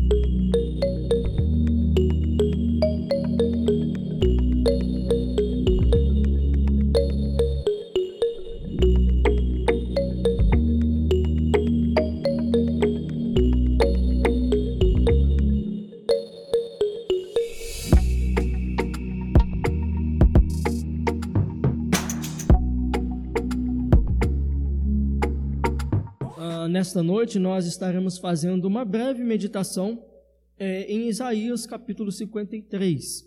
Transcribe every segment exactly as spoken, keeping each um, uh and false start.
Nesta noite nós estaremos fazendo uma breve meditação é, em Isaías capítulo cinquenta e três.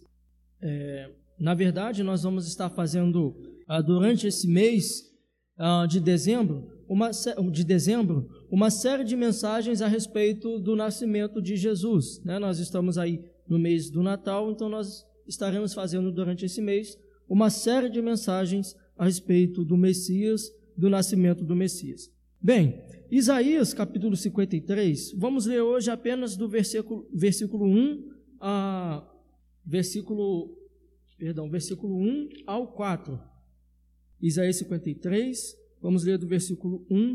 É, na verdade, nós vamos estar fazendo ah, durante esse mês ah, de dezembro, uma, de dezembro, uma série de mensagens a respeito do nascimento de Jesus. Né? Nós estamos aí no mês do Natal, então nós estaremos fazendo durante esse mês uma série de mensagens a respeito do Messias, do nascimento do Messias. Bem, Isaías capítulo cinquenta e três, vamos ler hoje apenas do versículo, versículo um a versículo, perdão, versículo um ao quatro. Isaías cinquenta e três, vamos ler do versículo um,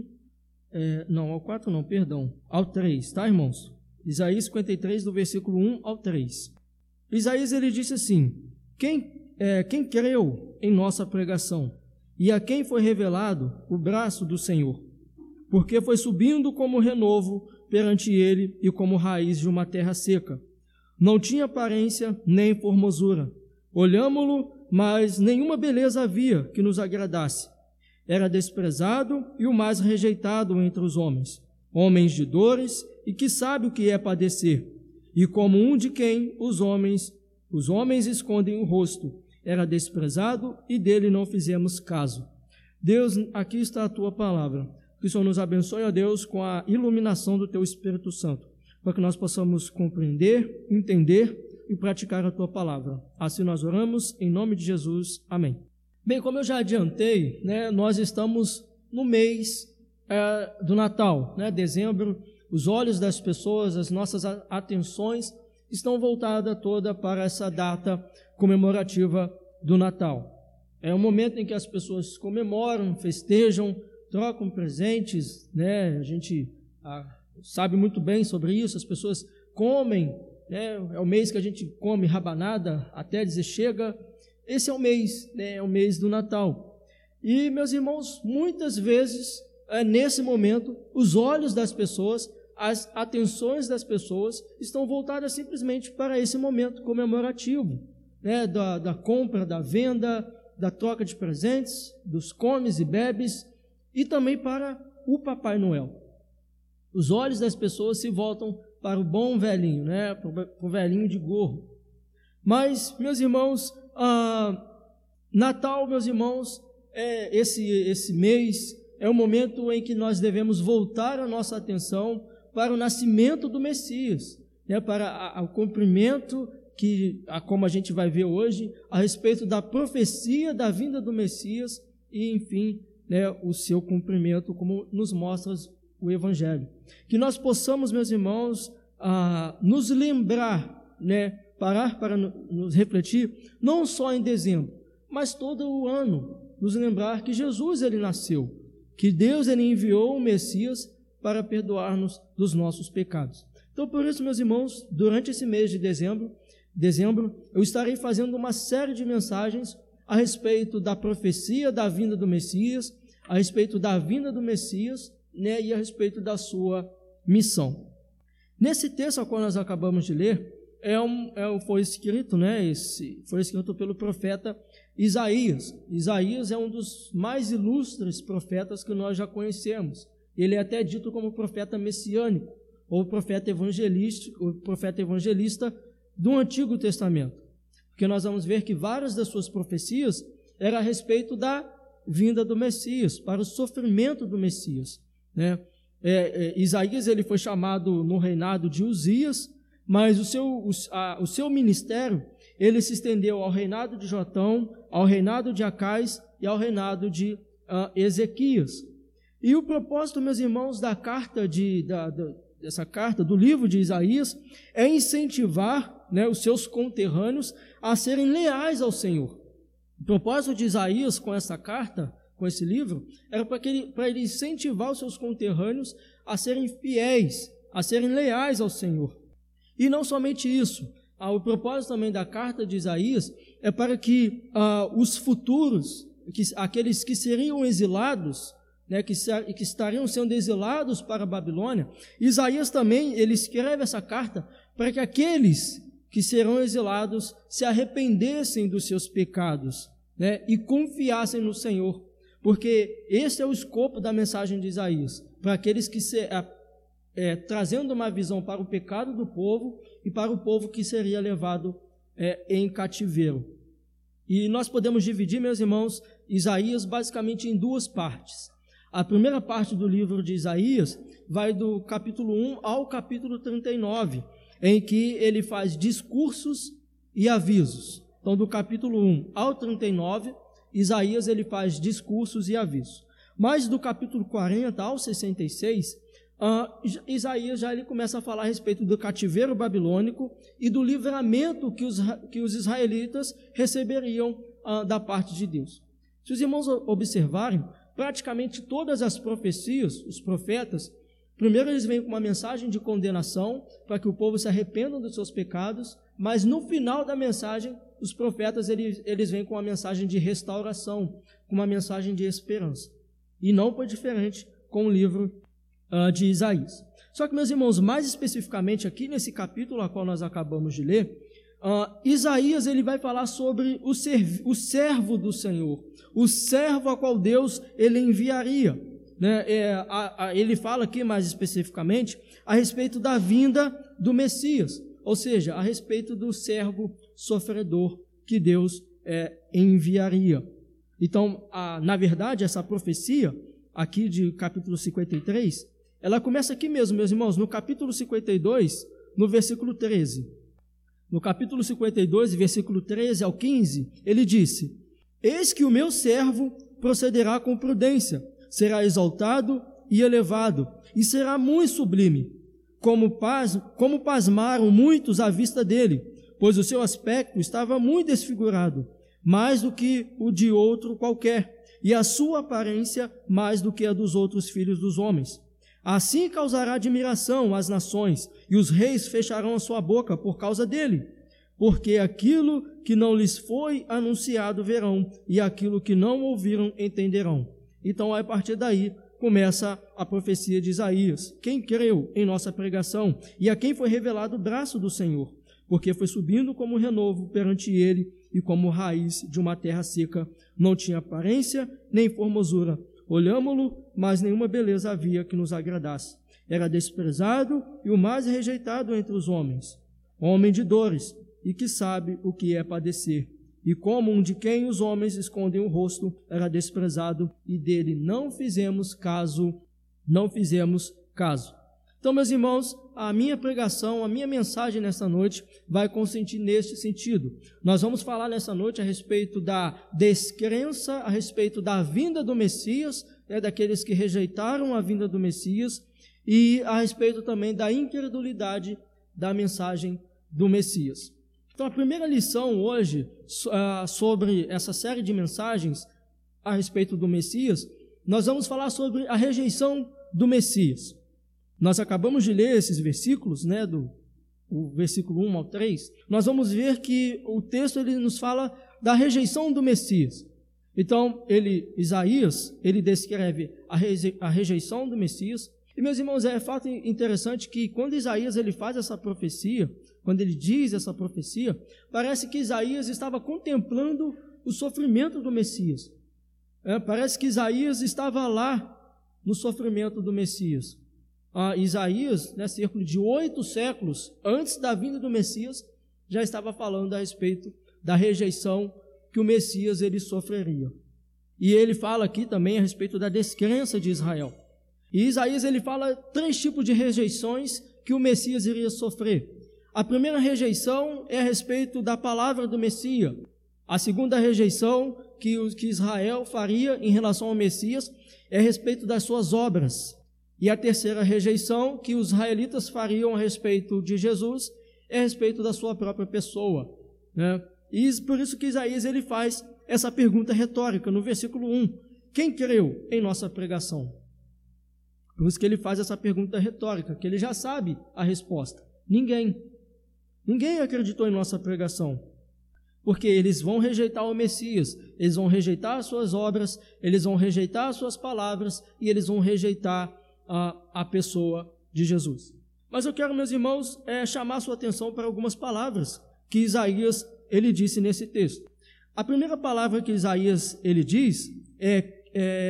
é, não, ao quatro não, perdão, ao três, tá, irmãos? Isaías cinquenta e três, do versículo um ao três. Isaías, ele disse assim: quem, é, quem creu em nossa pregação, e a quem foi revelado o braço do Senhor? Porque foi subindo como renovo perante ele e como raiz de uma terra seca. Não tinha aparência nem formosura. Olhámo-lo, mas nenhuma beleza havia que nos agradasse. Era desprezado e o mais rejeitado entre os homens, homens de dores e que sabe o que é padecer. E como um de quem os homens, os homens escondem o rosto, era desprezado e dele não fizemos caso. Deus, aqui está a tua palavra. Que o Senhor nos abençoe, ó Deus, com a iluminação do Teu Espírito Santo, para que nós possamos compreender, entender e praticar a Tua palavra. Assim nós oramos, em nome de Jesus. Amém. Bem, como eu já adiantei, né, nós estamos no mês é, do Natal, né, dezembro. Os olhos das pessoas, as nossas atenções estão voltadas toda para essa data comemorativa do Natal. É um momento em que as pessoas comemoram, festejam, trocam presentes, né? A gente ah, sabe muito bem sobre isso. As pessoas comem, né? É o mês que a gente come rabanada até dizer chega. Esse é o mês, né? É o mês do Natal. E, meus irmãos, muitas vezes, é, nesse momento, os olhos das pessoas, as atenções das pessoas estão voltadas simplesmente para esse momento comemorativo, né? Da, da compra, da venda, da troca de presentes, dos comes e bebes, e também para o Papai Noel. Os olhos das pessoas se voltam para o bom velhinho, né? Para o velhinho de gorro. Mas, meus irmãos, ah, Natal, meus irmãos, é esse, esse mês é o momento em que nós devemos voltar a nossa atenção para o nascimento do Messias, né? Para a, a, o cumprimento, que, a, como a gente vai ver hoje, a respeito da profecia da vinda do Messias e, enfim, né, o seu cumprimento, como nos mostra o Evangelho. Que nós possamos, meus irmãos, ah, nos lembrar, né, parar para nos refletir, não só em dezembro, mas todo o ano, nos lembrar que Jesus, ele nasceu, que Deus, ele enviou o Messias para perdoar-nos dos nossos pecados. Então, por isso, meus irmãos, durante esse mês de dezembro, dezembro, eu estarei fazendo uma série de mensagens a respeito da profecia da vinda do Messias, a respeito da vinda do Messias, né, e a respeito da sua missão. Nesse texto ao qual nós acabamos de ler, é um, é, foi escrito, né, esse, foi escrito pelo profeta Isaías. Isaías é um dos mais ilustres profetas que nós já conhecemos. Ele é até dito como profeta messiânico, ou profeta evangelista, ou profeta evangelista do Antigo Testamento. Porque nós vamos ver que várias das suas profecias eram a respeito da vinda do Messias, para o sofrimento do Messias, né? É, é, Isaías, ele foi chamado no reinado de Uzias, mas o seu, o, a, o seu ministério, ele se estendeu ao reinado de Jotão, ao reinado de Acais e ao reinado de uh, Ezequias. E o propósito, meus irmãos, da carta de, da, da, dessa carta, do livro de Isaías, é incentivar, né, os seus conterrâneos a serem leais ao Senhor. O propósito de Isaías com essa carta, com esse livro, era para que ele, para ele incentivar os seus conterrâneos a serem fiéis, a serem leais ao Senhor. E não somente isso, ah, o propósito também da carta de Isaías é para que ah, os futuros, que, aqueles que seriam exilados, né, que, que estariam sendo exilados para a Babilônia, Isaías também ele escreve essa carta para que aqueles que serão exilados se arrependessem dos seus pecados, né, e confiassem no Senhor, porque esse é o escopo da mensagem de Isaías, para aqueles que se, é, é, trazendo uma visão para o pecado do povo e para o povo que seria levado é, em cativeiro. E nós podemos dividir, meus irmãos, Isaías basicamente em duas partes. A primeira parte do livro de Isaías vai do capítulo um ao capítulo trinta e nove, em que ele faz discursos e avisos. Então, do capítulo um ao trinta e nove, Isaías ele faz discursos e avisos. Mas do capítulo quarenta ao sessenta e seis, uh, Isaías já ele começa a falar a respeito do cativeiro babilônico e do livramento que os, que os israelitas receberiam uh, da parte de Deus. Se os irmãos observarem, praticamente todas as profecias, os profetas, primeiro eles vêm com uma mensagem de condenação para que o povo se arrependa dos seus pecados, mas no final da mensagem, os profetas eles, eles vêm com uma mensagem de restauração, com uma mensagem de esperança. E não foi diferente com o livro uh, de Isaías. Só que, meus irmãos, mais especificamente aqui nesse capítulo a qual nós acabamos de ler, Uh, Isaías ele vai falar sobre o, serv, o servo do Senhor, o servo a qual Deus ele enviaria, né? é, a, a, ele fala aqui mais especificamente a respeito da vinda do Messias, ou seja, a respeito do servo sofredor que Deus é, enviaria. Então, a, na verdade, essa profecia aqui de capítulo cinquenta e três, ela começa aqui mesmo, meus irmãos, no capítulo cinquenta e dois, no versículo treze. No capítulo cinquenta e dois, versículo treze ao quinze, ele disse: Eis que o meu servo procederá com prudência, será exaltado e elevado, e será muito sublime, como, pas, como pasmaram muitos à vista dele, pois o seu aspecto estava muito desfigurado, mais do que o de outro qualquer, e a sua aparência mais do que a dos outros filhos dos homens. Assim causará admiração às nações, e os reis fecharão a sua boca por causa dele, porque aquilo que não lhes foi anunciado verão, e aquilo que não ouviram entenderão. Então, a partir daí, começa a profecia de Isaías. Quem creu em nossa pregação, e a quem foi revelado o braço do Senhor, porque foi subindo como renovo perante ele, e como raiz de uma terra seca, não tinha aparência nem formosura. Olhámo-lo, mas nenhuma beleza havia que nos agradasse. Era desprezado e o mais rejeitado entre os homens, homem de dores, e que sabe o que é padecer. E como um de quem os homens escondem o rosto, era desprezado, e dele não fizemos caso, não fizemos caso. Então, meus irmãos, a minha pregação, a minha mensagem nessa noite vai consistir neste sentido. Nós vamos falar nessa noite a respeito da descrença, a respeito da vinda do Messias, né, daqueles que rejeitaram a vinda do Messias, e a respeito também da incredulidade da mensagem do Messias. Então, a primeira lição hoje uh, sobre essa série de mensagens a respeito do Messias, nós vamos falar sobre a rejeição do Messias. Nós acabamos de ler esses versículos, né, do o versículo um ao três, nós vamos ver que o texto ele nos fala da rejeição do Messias. Então, ele, Isaías, ele descreve a, reje, a rejeição do Messias. E, meus irmãos, é fato interessante que quando Isaías ele faz essa profecia, quando ele diz essa profecia, parece que Isaías estava contemplando o sofrimento do Messias. É, parece que Isaías estava lá no sofrimento do Messias. Ah, Isaías, né, cerca de oito séculos antes da vinda do Messias, já estava falando a respeito da rejeição que o Messias ele sofreria. E ele fala aqui também a respeito da descrença de Israel. E Isaías ele fala três tipos de rejeições que o Messias iria sofrer. A primeira rejeição é a respeito da palavra do Messias. A segunda rejeição que, o, que Israel faria em relação ao Messias é a respeito das suas obras. E a terceira rejeição que os israelitas fariam a respeito de Jesus é a respeito da sua própria pessoa, né? E por isso que Isaías ele faz essa pergunta retórica no versículo um: quem creu em nossa pregação? Por isso que ele faz essa pergunta retórica, que ele já sabe a resposta: ninguém. Ninguém acreditou em nossa pregação, porque eles vão rejeitar o Messias, eles vão rejeitar as suas obras, eles vão rejeitar as suas palavras e eles vão rejeitar a, a pessoa de Jesus. Mas eu quero, meus irmãos, é, chamar a sua atenção para algumas palavras que Isaías ele disse nesse texto. A primeira palavra que Isaías ele diz é,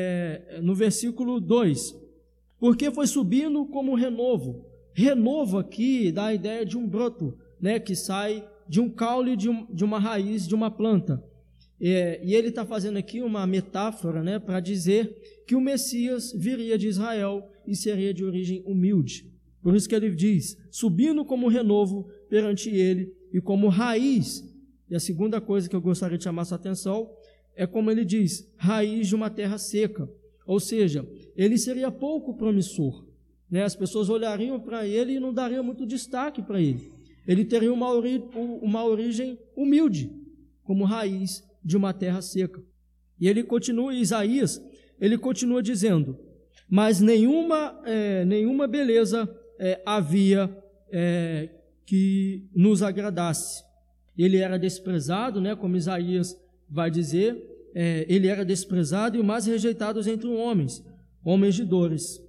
é no versículo dois, porque foi subindo como renovo. Renovo aqui dá a ideia de um broto, né, que sai de um caule de, um, de uma raiz de uma planta. É, e ele está fazendo aqui uma metáfora, né, para dizer que o Messias viria de Israel e seria de origem humilde. Por isso que ele diz, subindo como renovo perante ele e como raiz. E a segunda coisa que eu gostaria de chamar sua atenção é como ele diz, raiz de uma terra seca. Ou seja, ele seria pouco promissor, né? As pessoas olhariam para ele e não dariam muito destaque para ele. Ele teria uma, ori- uma origem humilde, como raiz de uma terra seca. E ele continua, Isaías, ele continua dizendo, mas nenhuma, é, nenhuma beleza é, havia é, que nos agradasse. Ele era desprezado, né, como Isaías vai dizer, é, ele era desprezado e o mais rejeitado entre homens, homens de dores.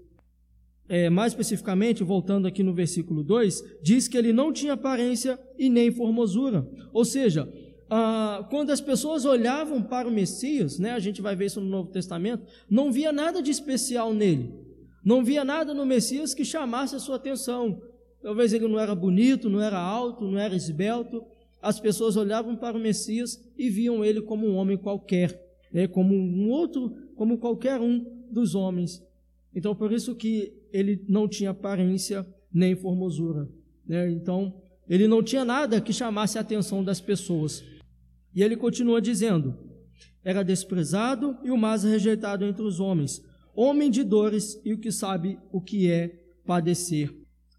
É, mais especificamente, voltando aqui no versículo dois, diz que ele não tinha aparência e nem formosura. Ou seja, ah, quando as pessoas olhavam para o Messias, né, a gente vai ver isso no Novo Testamento, não via nada de especial nele. Não via nada no Messias que chamasse a sua atenção. Talvez ele não era bonito, não era alto, não era esbelto. As pessoas olhavam para o Messias e viam ele como um homem qualquer, né, como um outro, como qualquer um dos homens. Então, por isso que ele não tinha aparência nem formosura, né? Então, ele não tinha nada que chamasse a atenção das pessoas. E ele continua dizendo, era desprezado e o mais rejeitado entre os homens, homem de dores e o que sabe o que é padecer.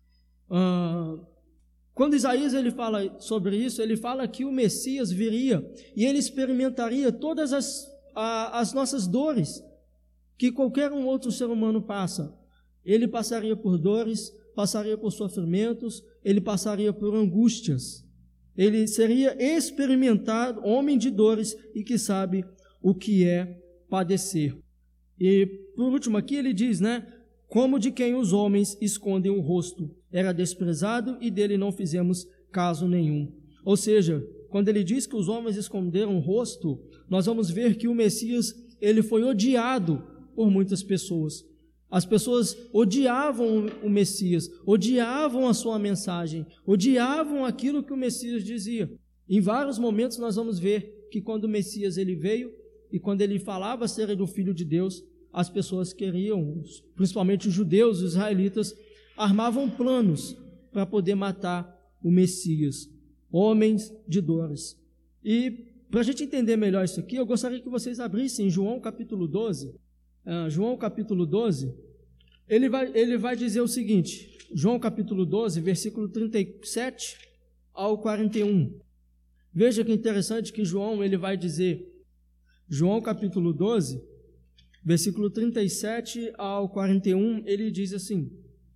Ah, quando Isaías ele fala sobre isso, ele fala que o Messias viria e ele experimentaria todas as, a, as nossas dores que qualquer um outro ser humano passa. Ele passaria por dores, passaria por sofrimentos, ele passaria por angústias. Ele seria experimentado, homem de dores e que sabe o que é padecer. E por último aqui ele diz, né, como de quem os homens escondem o rosto. Era desprezado e dele não fizemos caso nenhum. Ou seja, quando ele diz que os homens esconderam o rosto, nós vamos ver que o Messias ele foi odiado por muitas pessoas. As pessoas odiavam o Messias, odiavam a sua mensagem, odiavam aquilo que o Messias dizia. Em vários momentos nós vamos ver que quando o Messias ele veio e quando ele falava ser do Filho de Deus, as pessoas queriam, principalmente os judeus, os israelitas, armavam planos para poder matar o Messias, homens de dores. E para a gente entender melhor isso aqui, eu gostaria que vocês abrissem João capítulo doze. Uh, João capítulo doze, ele vai, ele vai dizer o seguinte, João capítulo doze, versículo trinta e sete ao quarenta e um. Veja que interessante que João ele vai dizer, João capítulo doze, versículo trinta e sete ao quarenta e um, ele diz assim,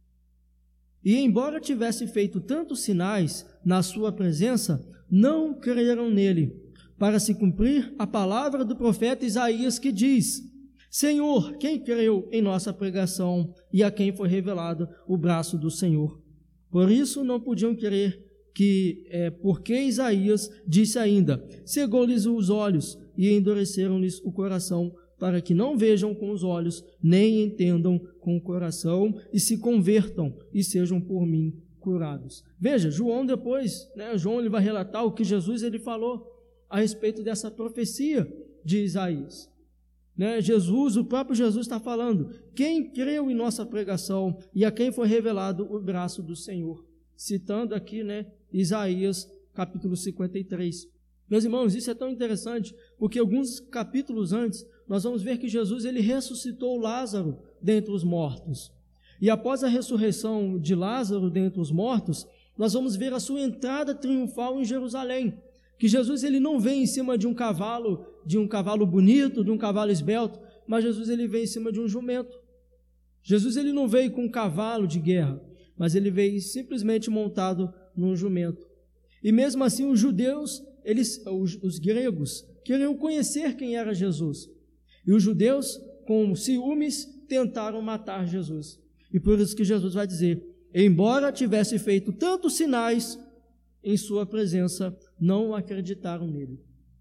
e embora tivesse feito tantos sinais na sua presença, não creram nele, para se cumprir a palavra do profeta Isaías que diz, Senhor, quem creu em nossa pregação e a quem foi revelado o braço do Senhor? Por isso não podiam crer que, é, porque Isaías disse ainda, cegou-lhes os olhos e endureceram-lhes o coração, para que não vejam com os olhos, nem entendam com o coração, e se convertam e sejam por mim curados. Veja, João depois, né, João ele vai relatar o que Jesus ele falou a respeito dessa profecia de Isaías. Né, Jesus, o próprio Jesus está falando, quem creu em nossa pregação e a quem foi revelado o braço do Senhor, citando aqui, né, Isaías capítulo cinquenta e três. Meus irmãos, isso é tão interessante, porque alguns capítulos antes, nós vamos ver que Jesus ele ressuscitou Lázaro dentre os mortos, e após a ressurreição de Lázaro dentre os mortos, nós vamos ver a sua entrada triunfal em Jerusalém, que Jesus ele não vem em cima de um cavalo, de um cavalo bonito, de um cavalo esbelto, mas Jesus ele vem em cima de um jumento. Jesus ele não veio com um cavalo de guerra, mas ele veio simplesmente montado num jumento. E mesmo assim os judeus, eles, os, os gregos, queriam conhecer quem era Jesus. E os judeus, com ciúmes, tentaram matar Jesus. E por isso que Jesus vai dizer: embora tivesse feito tantos sinais em sua presença, não acreditaram nele.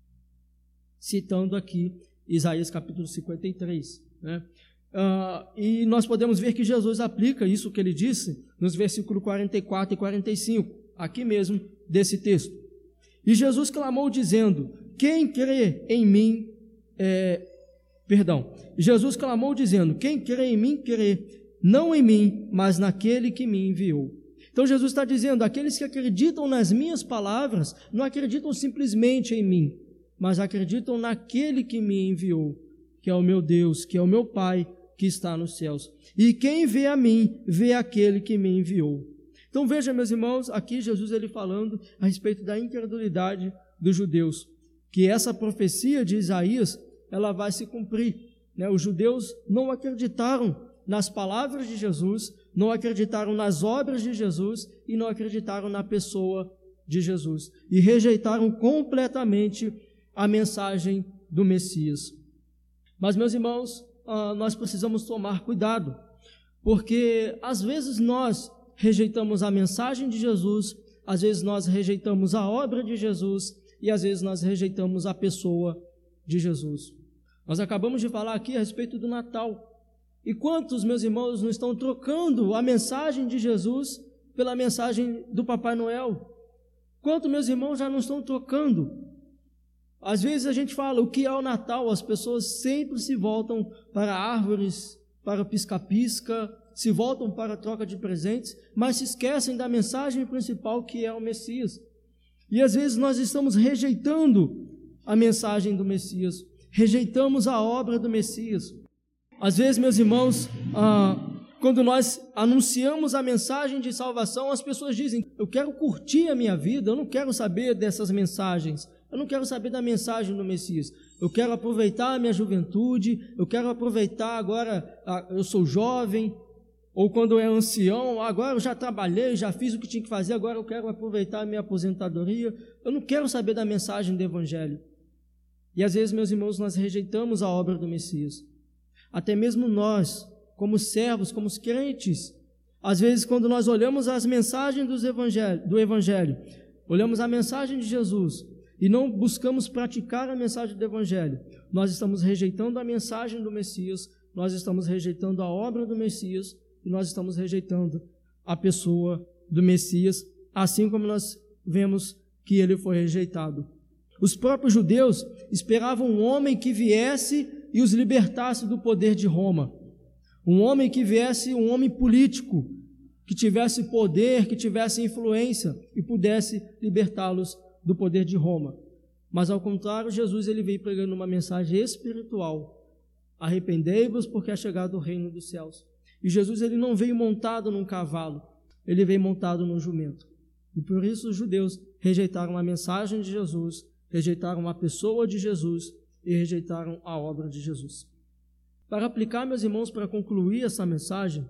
Citando aqui Isaías capítulo cinquenta e três, né? Uh, e nós podemos ver que Jesus aplica isso que ele disse nos versículos quarenta e quatro e quarenta e cinco, aqui mesmo desse texto. E Jesus clamou dizendo: quem crê em mim, é, perdão, Jesus clamou dizendo: quem crê em mim, crê, não em mim, mas naquele que me enviou. Então Jesus está dizendo: aqueles que acreditam nas minhas palavras, não acreditam simplesmente em mim, mas acreditam naquele que me enviou, que é o meu Deus, que é o meu Pai, que está nos céus. E quem vê a mim, vê aquele que me enviou. Então veja, meus irmãos, aqui Jesus ele falando a respeito da incredulidade dos judeus, que essa profecia de Isaías, ela vai se cumprir, né? Os judeus não acreditaram nas palavras de Jesus, não acreditaram nas obras de Jesus e não acreditaram na pessoa de Jesus, e rejeitaram completamente a mensagem do Messias. Mas, meus irmãos, nós precisamos tomar cuidado, porque às vezes nós rejeitamos a mensagem de Jesus, às vezes nós rejeitamos a obra de Jesus e às vezes nós rejeitamos a pessoa de Jesus. Nós acabamos de falar aqui a respeito do Natal. E quantos, meus irmãos, não estão trocando a mensagem de Jesus pela mensagem do Papai Noel? Quantos, meus irmãos, já não estão trocando? Às vezes a gente fala o que é o Natal, as pessoas sempre se voltam para árvores, para pisca-pisca, se voltam para a troca de presentes, mas se esquecem da mensagem principal, que é o Messias. E às vezes nós estamos rejeitando a mensagem do Messias, rejeitamos a obra do Messias. Às vezes, meus irmãos, ah, quando nós anunciamos a mensagem de salvação, as pessoas dizem: eu quero curtir a minha vida, eu não quero saber dessas mensagens, eu não quero saber da mensagem do Messias, eu quero aproveitar a minha juventude, eu quero aproveitar agora, ah, eu sou jovem, ou quando é ancião, agora eu já trabalhei, já fiz o que tinha que fazer, agora eu quero aproveitar a minha aposentadoria, eu não quero saber da mensagem do Evangelho. E às vezes, meus irmãos, nós rejeitamos a obra do Messias. Até mesmo nós, como servos, como crentes, às vezes quando nós olhamos as mensagens dos evangelho, do Evangelho, olhamos a mensagem de Jesus e não buscamos praticar a mensagem do Evangelho, nós estamos rejeitando a mensagem do Messias, nós estamos rejeitando a obra do Messias e nós estamos rejeitando a pessoa do Messias, assim como nós vemos que ele foi rejeitado. Os próprios judeus esperavam um homem que viesse e os libertasse do poder de Roma. Um homem que viesse, um homem político, que tivesse poder, que tivesse influência e pudesse libertá-los do poder de Roma. Mas ao contrário, Jesus ele veio pregando uma mensagem espiritual: arrependei-vos, porque é chegado o reino dos céus. E Jesus ele não veio montado num cavalo, ele veio montado num jumento. E por isso os judeus rejeitaram a mensagem de Jesus, rejeitaram a pessoa de Jesus e rejeitaram a obra de Jesus. Para aplicar, meus irmãos, para concluir essa mensagem,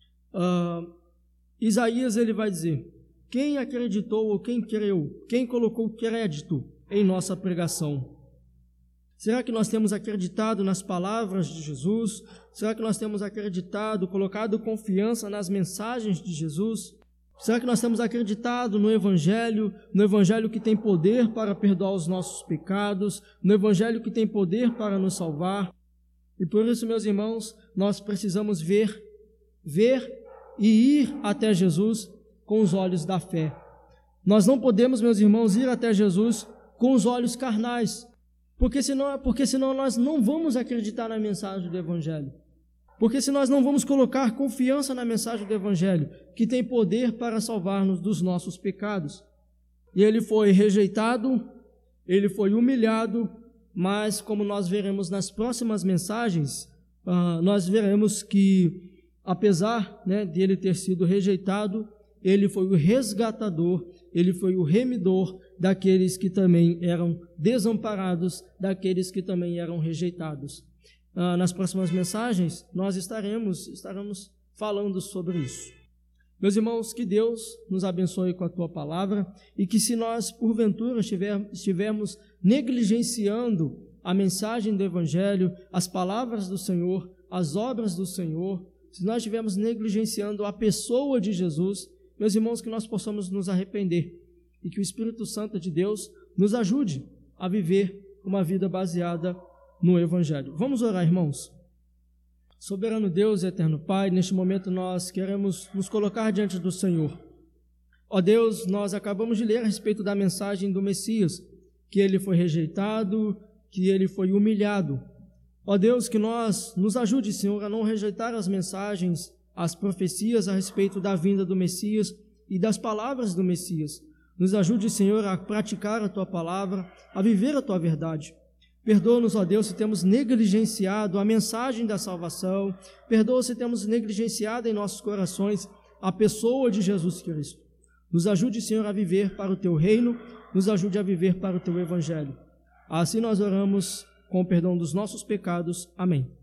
uh, Isaías ele vai dizer: quem acreditou ou quem creu, quem colocou crédito em nossa pregação? Será que nós temos acreditado nas palavras de Jesus? Será que nós temos acreditado, colocado confiança nas mensagens de Jesus? Será que nós temos acreditado no Evangelho, no Evangelho que tem poder para perdoar os nossos pecados, no Evangelho que tem poder para nos salvar? E por isso, meus irmãos, nós precisamos ver, ver e ir até Jesus com os olhos da fé. Nós não podemos, meus irmãos, ir até Jesus com os olhos carnais, porque senão, porque senão nós não vamos acreditar na mensagem do Evangelho. Porque se nós não vamos colocar confiança na mensagem do Evangelho, que tem poder para salvar-nos dos nossos pecados. E ele foi rejeitado, ele foi humilhado, mas como nós veremos nas próximas mensagens, uh, nós veremos que, apesar, né, de ele ter sido rejeitado, ele foi o resgatador, ele foi o remidor daqueles que também eram desamparados, daqueles que também eram rejeitados. Uh, nas próximas mensagens, nós estaremos, estaremos falando sobre isso. Meus irmãos, que Deus nos abençoe com a tua palavra e que, se nós porventura estiver, estivermos negligenciando a mensagem do Evangelho, as palavras do Senhor, as obras do Senhor, se nós estivermos negligenciando a pessoa de Jesus, meus irmãos, que nós possamos nos arrepender e que o Espírito Santo de Deus nos ajude a viver uma vida baseada no Evangelho. Vamos orar, irmãos. Soberano Deus e eterno Pai, neste momento nós queremos nos colocar diante do Senhor. Ó Deus, nós acabamos de ler a respeito da mensagem do Messias, que ele foi rejeitado, que ele foi humilhado. Ó Deus, que nós nos ajude, Senhor, a não rejeitar as mensagens, as profecias a respeito da vinda do Messias e das palavras do Messias. Nos ajude, Senhor, a praticar a Tua palavra, a viver a Tua verdade. Perdoa-nos, ó Deus, se temos negligenciado a mensagem da salvação. Perdoa se temos negligenciado em nossos corações a pessoa de Jesus Cristo. Nos ajude, Senhor, a viver para o Teu reino, nos ajude a viver para o Teu Evangelho. Assim nós oramos com o perdão dos nossos pecados. Amém.